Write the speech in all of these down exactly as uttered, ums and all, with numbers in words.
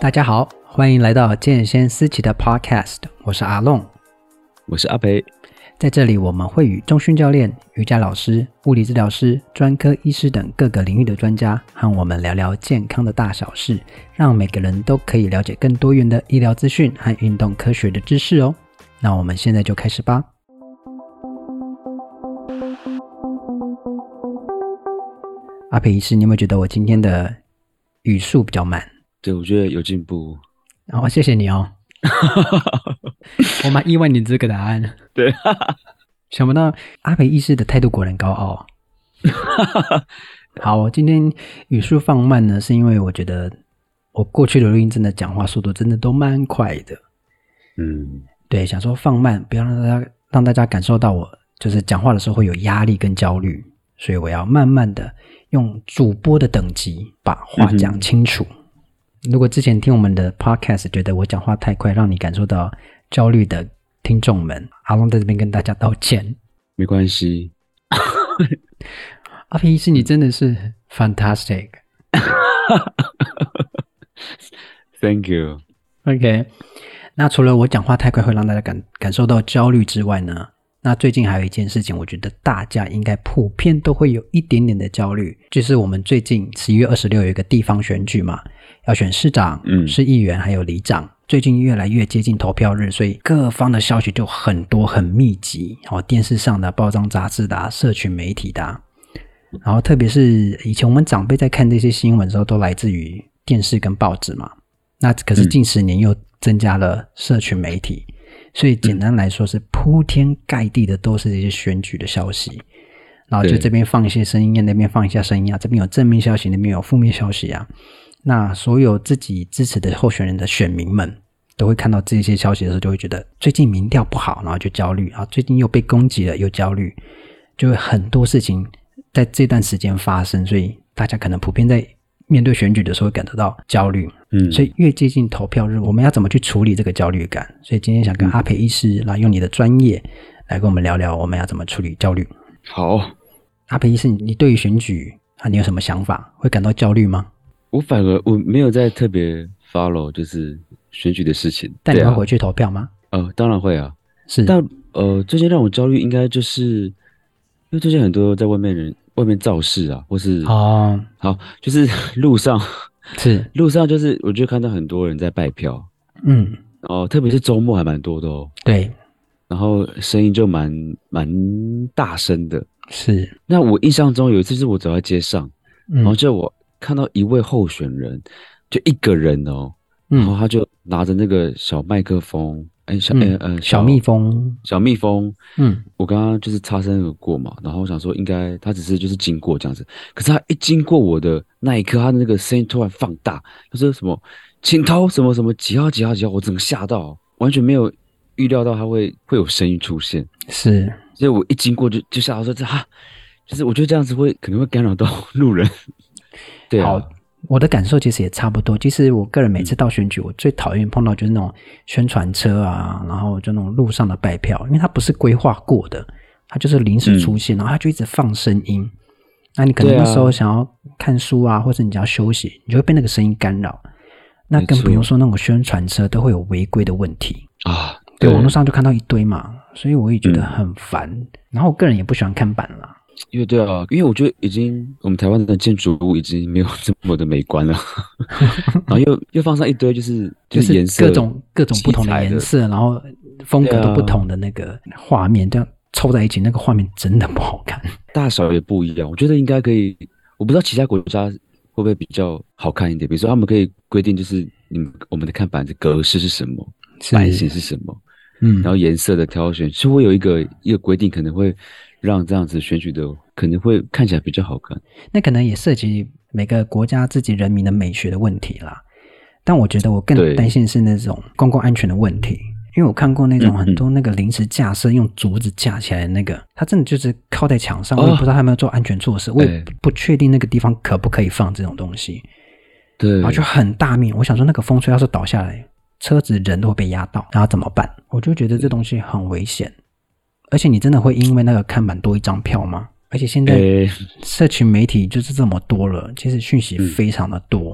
大家好，欢迎来到健先思齐的 Podcast， 我是阿龙， 我是阿培。 在这里我们会与重训教练、瑜伽老师、物理治疗师、专科医师等各个领域的专家和我们聊聊健康的大小事，让每个人都可以了解更多元的医疗资讯和运动科学的知识哦。那我们现在就开始吧。阿培医师，你有没有觉得我今天的语速比较慢？ 对，我觉得有进步。 哦，谢谢你哦。我蛮意外你这个答案。 对， 想不到阿培医师的态度果然高傲。好，我今天语速放慢呢，是因为我觉得我过去的录音真的讲话速度真的都蛮快的。 嗯， 对，想说放慢，不要让大家让大家感受到我就是讲话的时候会有压力跟焦虑，所以我要慢慢的用主播的等级把话讲清楚。嗯，如果之前听我们的 podcast 觉得我讲话太快让你感受到焦虑的听众们，阿龙在这边跟大家道歉。 没关系。 阿培医师你真的是 fantastic。 Thank you。 OK， 那除了我讲话太快会让大家 感, 感受到焦虑之外呢，那最近还有一件事情我觉得大家应该普遍都会有一点点的焦虑，就是我们最近十一月二十六有一个地方选举嘛，要选市长、嗯、市议员还有里长，最近越来越接近投票日，所以各方的消息就很多很密集、哦、电视上的、报章杂志的、啊、社群媒体的、啊、然后特别是以前我们长辈在看这些新闻的时候都来自于电视跟报纸嘛，那可是近十年又增加了社群媒体、嗯，所以简单来说是铺天盖地的都是这些选举的消息，然后就这边放一些声音啊，那边放一下声音啊，这边有正面消息，那边有负面消息啊。那所有自己支持的候选人的选民们都会看到这些消息的时候就会觉得最近民调不好，然后就焦虑，然后最近又被攻击了又焦虑，就会很多事情在这段时间发生，所以大家可能普遍在面对选举的时候会感得到焦虑。嗯，所以越接近投票日我们要怎么去处理这个焦虑感，所以今天想跟阿培医师来用你的专业来跟我们聊聊我们要怎么处理焦虑。 好， 阿培医师你对于选举啊你有什么想法，会感到焦虑吗？ 我反而我没有在特别 follow 就是选举的事情。 但你会回去投票吗？ 呃，当然会啊。 是， 但呃最近让我焦虑应该就是因为最近很多在外面人外面造势啊，或是哦， 好就是路上是路上就是我就看到很多人在拜票，嗯，哦，特别是周末还蛮多的哦。 对， 然后声音就蛮蛮大声的。 是， 那我印象中有一次是我走在街上，嗯，然后就我看到一位候选人，就一个人哦，嗯，然后他就拿着那个小麦克风，哎，小、嗯呃、 小蜜蜂， 小蜜蜂， 嗯， 我刚刚就是擦身而过嘛，然后我想说应该他只是就是经过这样子，可是他一经过我的那一刻，他的那个声音突然放大，他说什么请投什么什么几号几号几号，我整个吓到，完全没有预料到他会会有声音出现， 是， 所以我一经过就就吓到说这哈，就是我觉得这样子会可能会干扰到路人。对啊， 好，我的感受其实也差不多。其实我个人每次到选举，嗯，我最讨厌碰到就是那种宣传车啊，然后就那种路上的拜票，因为它不是规划过的，它就是临时出现，嗯，然后它就一直放声音。那你可能那时候想要看书啊，或者你想要休息，你就会被那个声音干扰。那更不用说那种宣传车都会有违规的问题啊， 对，对，网络上就看到一堆嘛，所以我也觉得很烦。嗯，然后我个人也不喜欢看板啦。 因为对啊，因为我觉得已经我们台湾的建筑物已经没有这么的美观了，然后又又放上一堆就是就是颜色各种各种不同的颜色，然后风格都不同的那个画面，这样凑在一起，那个画面真的不好看，大小也不一样。我觉得应该可以，我不知道其他国家会不会比较好看一点，比如说他们可以规定就是你们我们的看板的格式是什么，版型是什么，嗯，然后颜色的挑选是会有一个一个规定，可能会让这样子选举的可能会看起来比较好看。 那可能也涉及每个国家自己人民的美学的问题啦。但我觉得我更担心是那种公共安全的问题，因为我看过那种很多那个临时架设用竹子架起来的那个，嗯，它真的就是靠在墙上，我也不知道他们有做安全措施，哦，我也不确定那个地方可不可以放这种东西。对，然后就很大面，我想说那个风吹要是倒下来，车子人都会被压到，然后怎么办？我就觉得这东西很危险。而且你真的会因为那个看板多一张票吗？而且现在社群媒体就是这么多了，其实讯息非常的多，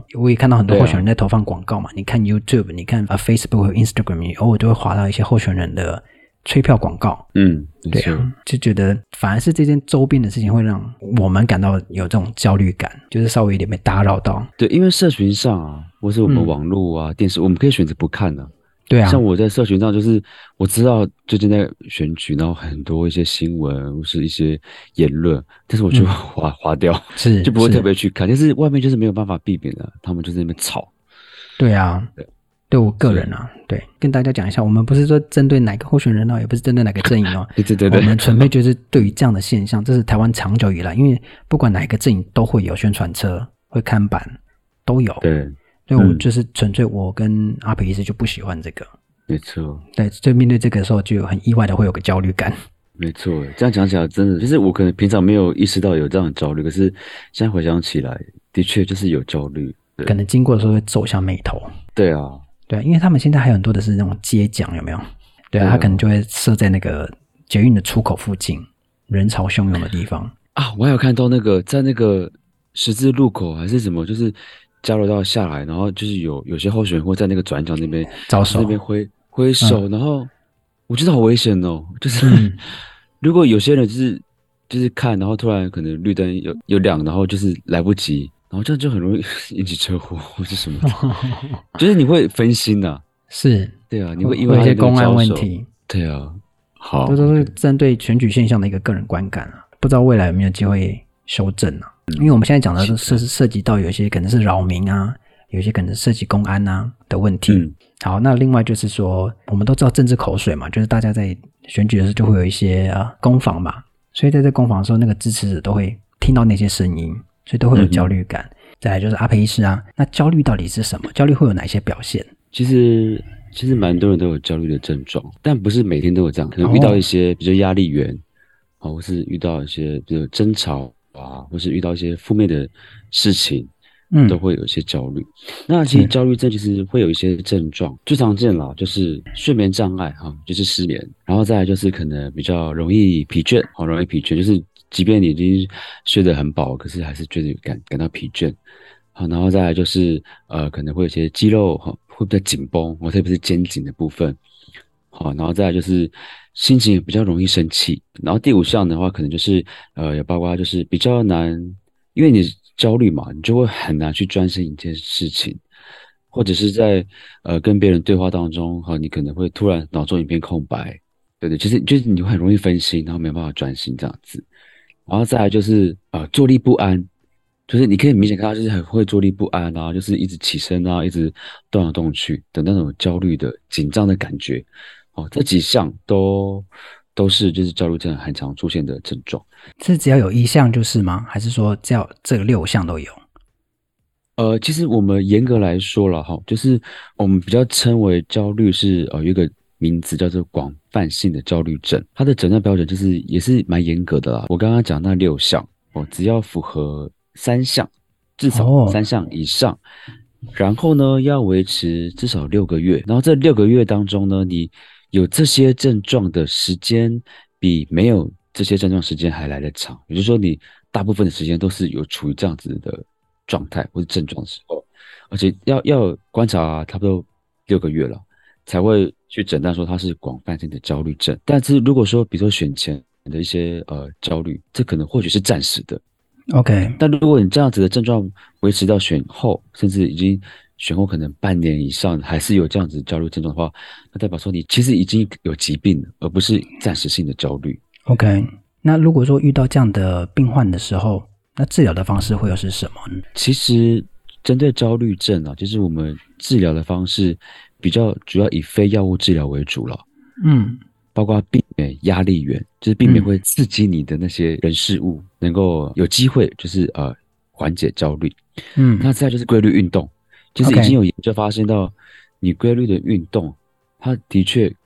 我也看到很多候选人在投放广告嘛，啊、你看 YouTube， 你看、啊、Facebook 和 Instagram， 你偶尔都会滑到一些候选人的催票广告。 嗯， 对啊，就觉得反而是这件周边的事情会让我们感到有这种焦虑感，就是稍微有点被打扰到。 对，因为社群上啊，或是我们网络啊、嗯、电视，我们可以选择不看的、啊。 对啊， 像我在社群上，就是我知道最近在选举，然后很多一些新闻或是一些言论，但是我就会划划、嗯、掉， 是就不会特别去看。但是外面就是没有办法避免的，他们就在那边吵。 对啊，对，对我个人啊，对，跟大家讲一下，我们不是说针对哪个候选人哦，也不是针对哪个阵营哦， 对对对对， 我们纯粹就是对于这样的现象，这是台湾长久以来，因为不管哪一个阵营都会有宣传车、会看板，都有。 对。 所以我就是纯粹我跟阿培医师就不喜欢这个， 没错。 对，所以面对这个时候就有很意外的会有个焦虑感。 没错，这样讲起来真的就是我可能平常没有意识到有这样的焦虑，可是现在回想起来，的确就是有焦虑。 可能经过的时候会皱下眉头。 对啊， 对，因为他们现在还有很多的是那种街奖，有没有？对啊，他可能就会设在那个捷运的出口附近，人潮汹涌的地方啊。我还有看到那个在那个十字路口还是什么，就是交流道下来，然后就是有有些候选人会在那个转角那边招手， 那边挥挥手、嗯，然后我觉得好危险哦，就是、嗯、如果有些人就是就是看，然后突然可能绿灯有有亮，然后就是来不及，然后这样就很容易引起车祸或是什么的，就是你会分心呐、啊。 是， 对啊，你会因为一些公安问题。 对啊，好， 这都是针对选举现象的一个个人观感啊，不知道未来有没有机会修正啊？因为我们现在讲的是涉及到有些可能是扰民啊，有些可能涉及公安啊的问题。嗯、好，那另外就是说，我们都知道政治口水嘛，就是大家在选举的时候就会有一些啊攻防嘛，所以在这攻防的时候，那个支持者都会听到那些声音，所以都会有焦虑感。嗯、再来就是阿培医师啊，那焦虑到底是什么？焦虑会有哪些表现？ 其实其实蛮多人都有焦虑的症状，但不是每天都有这样，可能遇到一些比如压力源，哦，或是遇到一些比如争吵。啊，或是遇到一些负面的事情，嗯，都会有一些焦虑。那其实焦虑症其实会有一些症状，最常见啦，就是睡眠障碍哈，就是失眠，然后再来就是可能比较容易疲倦，好容易疲倦，就是即便你已经睡得很饱，可是还是觉得感感到疲倦。好，然后再来就是呃，可能会有些肌肉哈会比较紧绷，特别是肩颈的部分。好，然后再来就是心情也比较容易生气，然后第五项的话，可能就是呃，也包括就是比较难，因为你焦虑嘛，你就会很难去专心一件事情，或者是在呃跟别人对话当中，哈，你可能会突然脑中一片空白，对对，就是就是你会很容易分心，然后没有办法专心这样子，然后再来就是呃坐立不安，就是你可以明显看到就是很会坐立不安啊，就是一直起身啊，一直动来动去的那种焦虑的紧张的感觉。哦，这几项都都是就是焦虑症很常出现的症状。 是只要有一项就是吗？还是说只要这六项都有？ 呃，其实我们严格来说了哈，就是我们比较称为焦虑是呃有一个名字叫做广泛性的焦虑症，它的诊断标准就是也是蛮严格的啦。我刚刚讲那六项哦，只要符合三项，至少三项以上。哦，然后呢，要维持至少六个月，然后这六个月当中呢，你有这些症状的时间比没有这些症状时间还来得长，也就是说，你大部分的时间都是有处于这样子的状态或者症状的时候，而且要要观察差不多六个月了，才会去诊断说它是广泛性的焦虑症。但是如果说，比如说选前的一些呃焦虑，这可能或许是暂时的。 OK， 但如果你这样子的症状维持到选后，甚至已经选后可能半年以上，还是有这样子焦虑症状的话，那代表说你其实已经有疾病了，而不是暂时性的焦虑。 OK， 那如果说遇到这样的病患的时候，那治疗的方式会又是什么呢？ 其实针对焦虑症啊，就是我们治疗的方式比较主要以非药物治疗为主了。嗯。包括避免压力源，就是避免会刺激你的那些人事物，嗯、能够有机会就是呃缓解焦虑。嗯，那再就是规律运动，其实已经有研究发现到，你规律的运动，它的确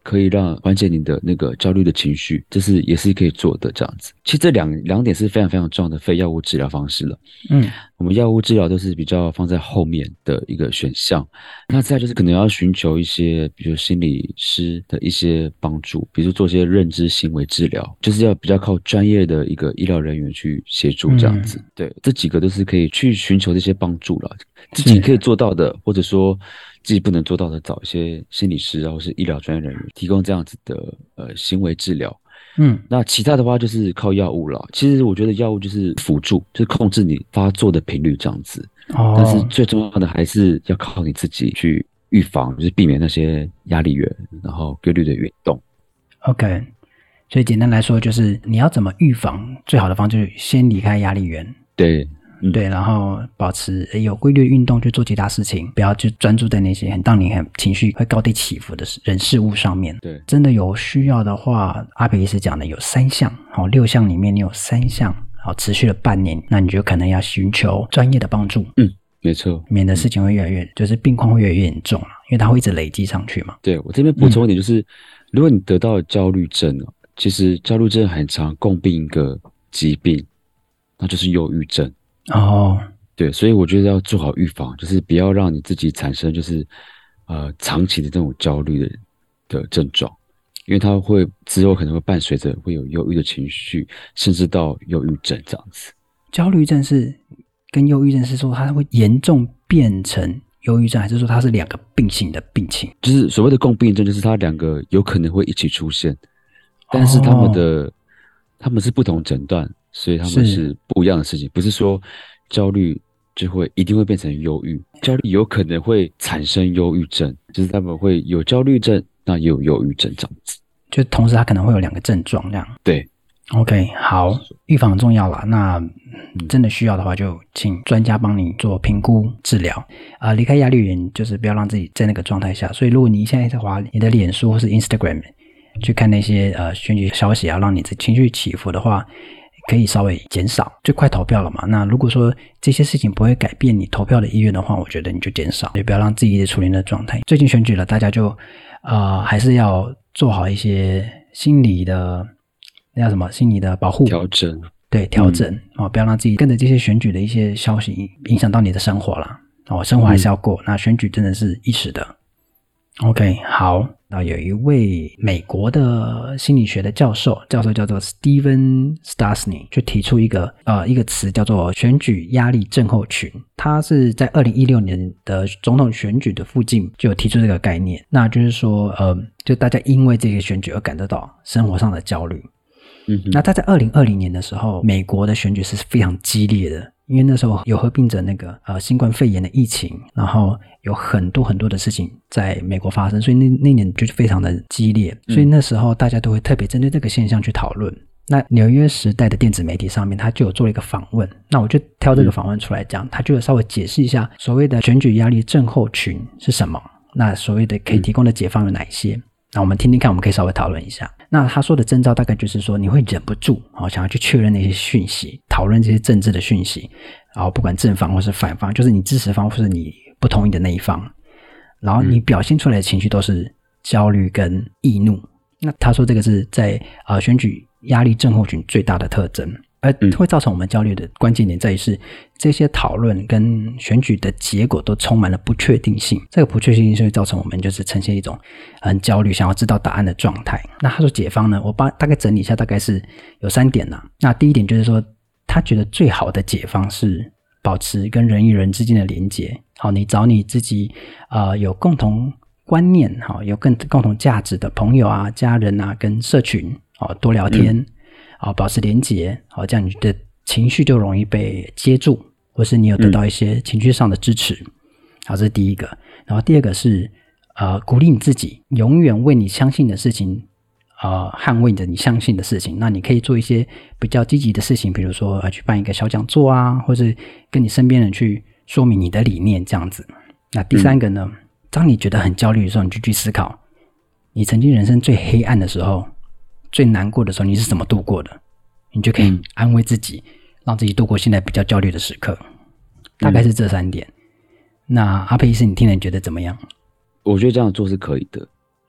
可以让缓解你的那个焦虑的情绪，这是也是可以做的这样子。其实这两两点是非常非常重要的非药物治疗方式了。嗯，我们药物治疗都是比较放在后面的一个选项。那再就是可能要寻求一些，比如心理师的一些帮助，比如做一些认知行为治疗，就是要比较靠专业的一个医疗人员去协助这样子。嗯、对，这几个都是可以去寻求这些帮助了。自己可以做到的，或者说自己不能做到的，找一些心理师啊，或是医疗专业人员提供这样子的呃行为治疗。嗯，那其他的话就是靠药物了。其实我觉得药物就是辅助，就是控制你发作的频率这样子。哦，但是最重要的还是要靠你自己去预防，就是避免那些压力源，然后规律的运动。 OK， 所以简单来说，就是你要怎么预防，最好的方式就是先离开压力源。 对。嗯、 对，然后保持有规律的运动去做其他事情，不要去专注在那些很让你很情绪会高低起伏的人事物上面。 对， 真的有需要的话，阿培医师讲的有三项，好，六项里面你有三项，好，持续了半年，那你就可能要寻求专业的帮助。 嗯，没错， 免得事情会越来越，就是病况会越来越严重了，因为它会一直累积上去嘛。 对，我这边补充一点就是，嗯、如果你得到了焦虑症，其实焦虑症很常共病一个疾病，那就是忧郁症。 哦。 对，所以我觉得要做好预防，就是不要让你自己产生就是呃长期的这种焦虑的的症状，因为它会之后可能会伴随着会有忧郁的情绪，甚至到忧郁症这样子。 焦虑症是跟忧郁症是说它会严重变成忧郁症，还是说它是两个并行的病情？ 就是所谓的共病症，就是它两个有可能会一起出现，但是他们的、哦、他们是不同诊断，所以他们是不一样的事情，不是说焦虑就会一定会变成忧郁，焦虑有可能会产生忧郁症，就是他们会有焦虑症，那也有忧郁症这样子， 就同时它可能会有两个症状这样。 对 ，OK， 好，预防很重要啦。那真的需要的话，就请专家帮你做评估治疗啊、呃。离开压力源，就是不要让自己在那个状态下。所以，如果你现在在滑你的脸书或是 Instagram 去看那些呃选举消息啊，让你的情绪起伏的话，可以稍微减少，就快投票了嘛。那如果说这些事情不会改变你投票的意愿的话，我觉得你就减少，也不要让自己的处于的状态。最近选举了，大家就呃还是要做好一些心理的那叫什么心理的保护调整， 对调整、嗯哦、不要让自己跟着这些选举的一些消息影响到你的生活啦。哦，生活还是要过、嗯、那选举真的是一时的。OK， 好，那有一位美国的心理学的教授，教授叫做 Steven Stastny， 就提出一个呃一个词叫做选举压力症候群。他是在二零一六年的总统选举的附近就有提出这个概念，那就是说呃，就大家因为这个选举而感得到生活上的焦虑。嗯，那他在二零二零年的时候，美国的选举是非常激烈的。因为那时候有合并着那个呃新冠肺炎的疫情，然后有很多很多的事情在美国发生，所以那那年就非常的激烈，所以那时候大家都会特别针对这个现象去讨论。那纽约时代的电子媒体上面，他就有做了一个访问，那我就挑这个访问出来讲，他就有稍微解释一下所谓的选举压力症候群是什么，那所谓的可以提供的解方有哪一些。那我们听听看，我们可以稍微讨论一下。那他说的征兆大概就是说，你会忍不住、哦、想要去确认那些讯息，讨论这些政治的讯息，然后不管正方或是反方，就是你支持方或是你不同意的那一方，然后你表现出来的情绪都是焦虑跟易怒。那他说这个是在呃选举压力症候群最大的特征。而会造成我们焦虑的关键点在于是这些讨论跟选举的结果都充满了不确定性，这个不确定性会造成我们就是呈现一种很焦虑想要知道答案的状态。那他说解方呢，我把大概整理一下，大概是有三点啦。那第一点就是说他觉得最好的解方是保持跟人与人之间的连结。好，你找你自己呃有共同观念好有更共同价值的朋友啊家人啊跟社群好多聊天、嗯好，保持连结，好，这样你的情绪就容易被接住，或是你有得到一些情绪上的支持。嗯、好，这是第一个。然后第二个是呃，鼓励你自己，永远为你相信的事情，呃，捍卫着你相信的事情。那你可以做一些比较积极的事情，比如说呃，去办一个小讲座啊，或是跟你身边人去说明你的理念，这样子。那第三个呢，嗯、当你觉得很焦虑的时候，你就去思考，你曾经人生最黑暗的时候。最难过的时候你是怎么度过的，你就可以安慰自己、嗯、让自己度过现在比较焦虑的时刻，大概是这三点、嗯、那阿佩医师你听了你觉得怎么样？ 我觉得这样做是可以的，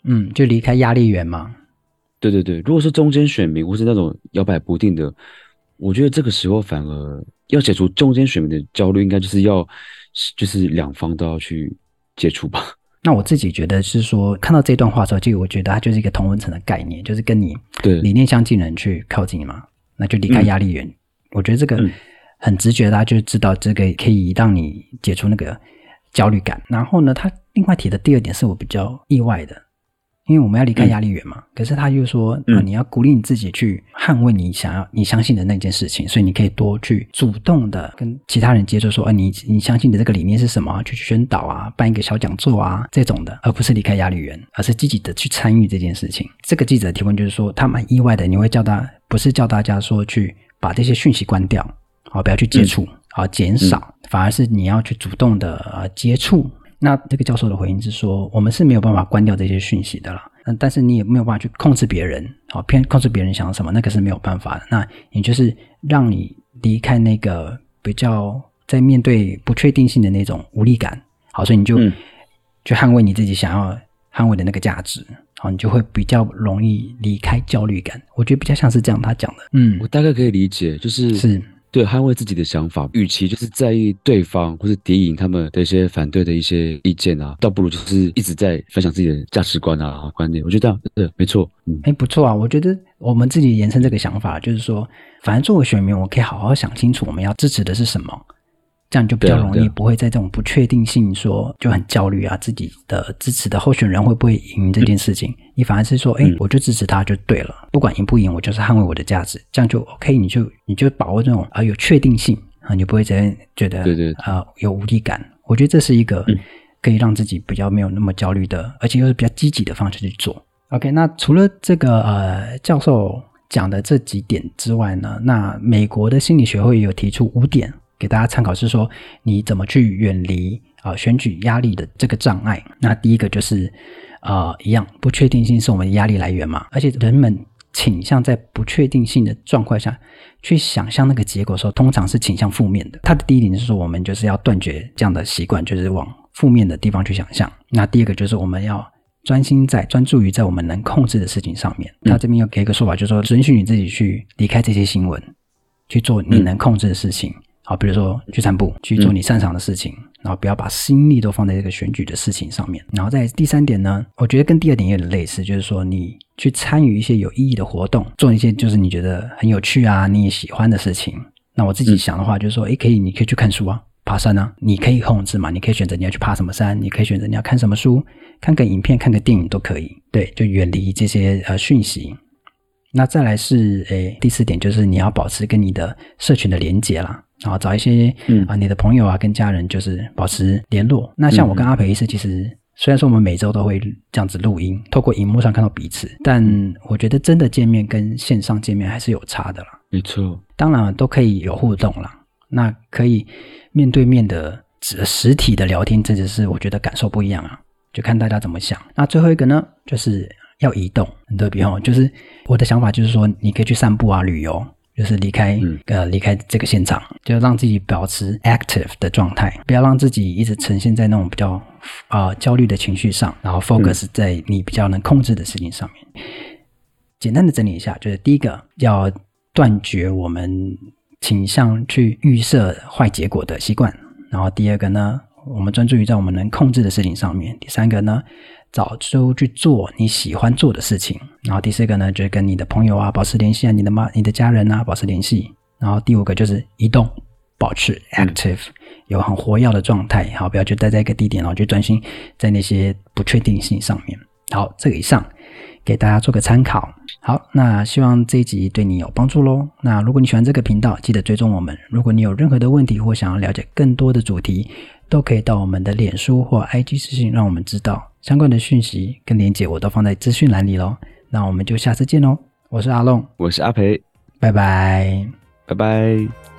嗯，就离开压力源嘛。 对对对，如果是中间选民或是那种摇摆不定的，我觉得这个时候反而要解除中间选民的焦虑，应该就是要就是两方都要去接触吧。 那我自己觉得是说，看到这段话的时候，就我觉得它就是一个同温层的概念，就是跟你理念相近的人去靠近嘛，那就离开压力源。嗯、我觉得这个很直觉，大家就知道这个可以让你解除那个焦虑感。然后呢，他另外提的第二点是我比较意外的，因为我们要离开压力源嘛，嗯、可是他又说、嗯啊，你要鼓励你自己去捍卫你想要、你相信的那件事情，所以你可以多去主动的跟其他人接触，说，啊，你你相信的这个理念是什么？去宣导啊，办一个小讲座啊，这种的，而不是离开压力源，而是积极的去参与这件事情。这个记者提问就是说，他蛮意外的，你会叫他不是叫大家说去把这些讯息关掉，好，不要去接触，好，减少，嗯、反而是你要去主动的、呃、接触。那这个教授的回应是说，我们是没有办法关掉这些讯息的啦，嗯，但是你也没有办法去控制别人，好，偏控制别人想什么，那个是没有办法的。那也就是让你离开那个比较在面对不确定性的那种无力感，好，所以你就、嗯、去捍卫你自己想要捍卫的那个价值，好，你就会比较容易离开焦虑感。我觉得比较像是这样他讲的，嗯， 我大概可以理解，就是是。对，捍卫自己的想法，与其就是在意对方或是敌营他们的一些反对的一些意见啊，倒不如就是一直在分享自己的价值观啊、观念。我觉得对，没错。嗯， 哎，不错啊，我觉得我们自己延伸这个想法，就是说，反正作为选民，我可以好好想清楚我们要支持的是什么。这样就比较容易不会在这种不确定性说就很焦虑啊，自己的支持的候选人会不会赢这件事情，嗯、你反而是说，哎，我就支持他就对了，不管赢不赢，我就是捍卫我的价值，这样就 OK， 你就你就把握这种啊、呃、有确定性啊，你不会再觉得对对啊、呃、有无力感。我觉得这是一个可以让自己比较没有那么焦虑的，而且又是比较积极的方式去做。OK， 那除了这个呃教授讲的这几点之外呢，那美国的心理学会有提出五点。给大家参考是说你怎么去远离啊、呃、选举压力的这个障碍。那第一个就是呃一样，不确定性是我们的压力来源嘛，而且人们倾向在不确定性的状况下去想象那个结果的时候，通常是倾向负面的。他的第一点是说我们就是要断绝这样的习惯，就是往负面的地方去想象。那第二个就是我们要专心在专注于在我们能控制的事情上面。他这边又给一个说法，就是说允许你自己去离开这些新闻，去做你能控制的事情。嗯好，比如说去散步，去做你擅长的事情，嗯、然后不要把心力都放在这个选举的事情上面。然后在第三点呢，我觉得跟第二点有点类似，就是说你去参与一些有意义的活动，做一些就是你觉得很有趣啊，你也喜欢的事情。那我自己想的话，就是说，诶，可以，你可以去看书啊，爬山啊，你可以控制嘛，你可以选择你要去爬什么山，你可以选择你要看什么书，看个影片，看个电影都可以。对，就远离这些呃讯息。那再来是诶第四点，就是你要保持跟你的社群的连结啦。然后找一些、嗯、啊，你的朋友啊，跟家人就是保持联络。那像我跟阿培医师，其实虽然说我们每周都会这样子录音，透过荧幕上看到彼此，但我觉得真的见面跟线上见面还是有差的啦。 没错， 当然都可以有互动啦，那可以面对面的实体的聊天，真的是我觉得感受不一样啊，就看大家怎么想。那最后一个呢，就是要移动，很特别哦，就是我的想法就是说，你可以去散步啊，旅游。就是离开、嗯、呃离开这个现场，就让自己保持 active 的状态，不要让自己一直呈现在那种比较呃焦虑的情绪上，然后 focus 在你比较能控制的事情上面。嗯、简单的整理一下，就是第一个要断绝我们倾向去预设坏结果的习惯，然后第二个呢，我们专注于在我们能控制的事情上面，第三个呢，找出去做你喜欢做的事情，然后第四个呢，就是跟你的朋友啊保持联系啊，你的妈、你的家人啊保持联系，然后第五个就是移动，保持 active，、嗯、有很活跃的状态，好，不要就待在一个地点，然后就专心在那些不确定性上面。好，这个以上给大家做个参考。好，那希望这一集对你有帮助咯。那如果你喜欢这个频道，记得追踪我们。如果你有任何的问题或想要了解更多的主题，都可以到我们的脸书或 I G 私讯让我们知道。相关的讯息跟连结我都放在资讯栏里咯。那我们就下次见咯。我是阿龙， 我是阿培， 拜拜， 拜拜。